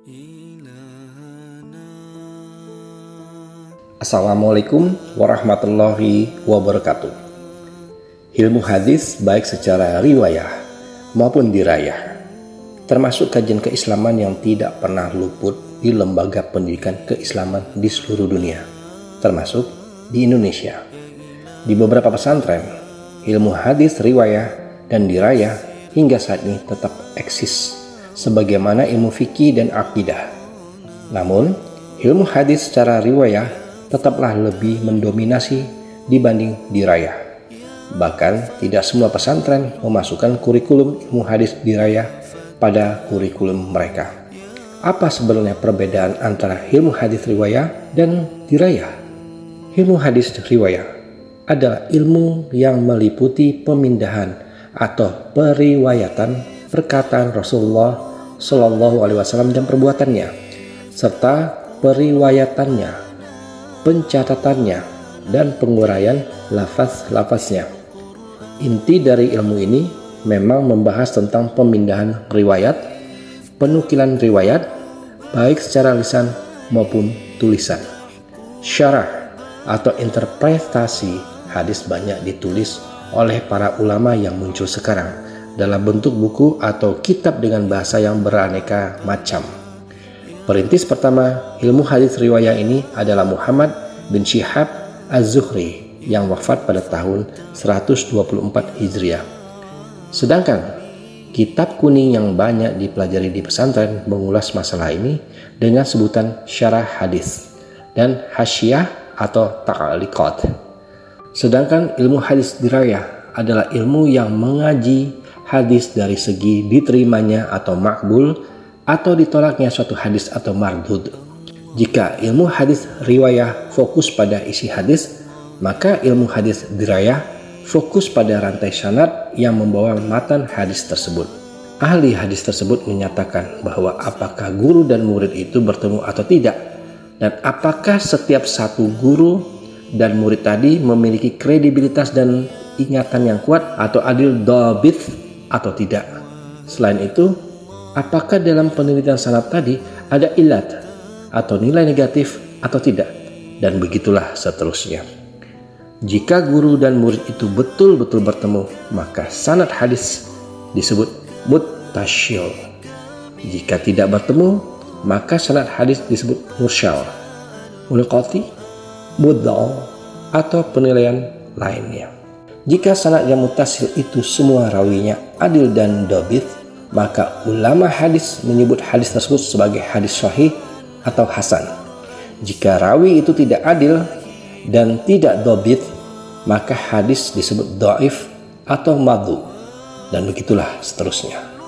Assalamualaikum warahmatullahi wabarakatuh. Ilmu hadis baik secara riwayah maupun dirayah, termasuk kajian keislaman yang tidak pernah luput di lembaga pendidikan keislaman di seluruh dunia, termasuk di Indonesia. Di beberapa pesantren, ilmu hadis riwayah dan dirayah hingga saat ini tetap eksis sebagaimana ilmu fikih dan akidah. Namun, ilmu hadis secara riwayah tetaplah lebih mendominasi dibanding dirayah. Bahkan tidak semua pesantren memasukkan kurikulum ilmu hadis dirayah pada kurikulum mereka. Apa sebenarnya perbedaan antara ilmu hadis riwayah dan dirayah? Ilmu hadis riwayah adalah ilmu yang meliputi pemindahan atau periwayatan perkataan Rasulullah Shallallahu Alaihi Wasallam dan perbuatannya, serta periwayatannya, pencatatannya, dan penguraian lafaz-lafaznya. Inti dari ilmu ini memang membahas tentang pemindahan riwayat, penukilan riwayat, baik secara lisan maupun tulisan. Syarah atau interpretasi hadis banyak ditulis oleh para ulama yang muncul sekarang dalam bentuk buku atau kitab dengan bahasa yang beraneka macam. Perintis pertama ilmu hadis riwayah ini adalah Muhammad bin Syihab Az-Zuhri yang wafat pada tahun 124 Hijriah. Sedangkan kitab kuning yang banyak dipelajari di pesantren mengulas masalah ini dengan sebutan syarah hadis dan hasyiah atau ta'liqat. Sedangkan ilmu hadis dirayah adalah ilmu yang mengaji hadis dari segi diterimanya atau makbul atau ditolaknya suatu hadis atau mardud. Jika ilmu hadis riwayah fokus pada isi hadis, maka ilmu hadis dirayah fokus pada rantai sanad yang membawa matan hadis tersebut. Ahli hadis tersebut menyatakan bahwa apakah guru dan murid itu bertemu atau tidak, dan apakah setiap satu guru dan murid tadi memiliki kredibilitas dan ingatan yang kuat atau adil dhabit atau tidak. Selain itu, apakah dalam penelitian sanad tadi ada ilat atau nilai negatif atau tidak, dan begitulah seterusnya. Jika guru dan murid itu betul-betul bertemu, maka sanad hadis disebut muttasil. Jika tidak bertemu, maka sanad hadis disebut mursal, munqati, muddal, atau penilaian lainnya. Jika sanad yang muttasil itu semua rawinya adil dan dhabit, maka ulama hadis menyebut hadis tersebut sebagai hadis sahih atau hasan. Jika rawi itu tidak adil dan tidak dhabit, maka hadis disebut dhaif atau madhu, dan begitulah seterusnya.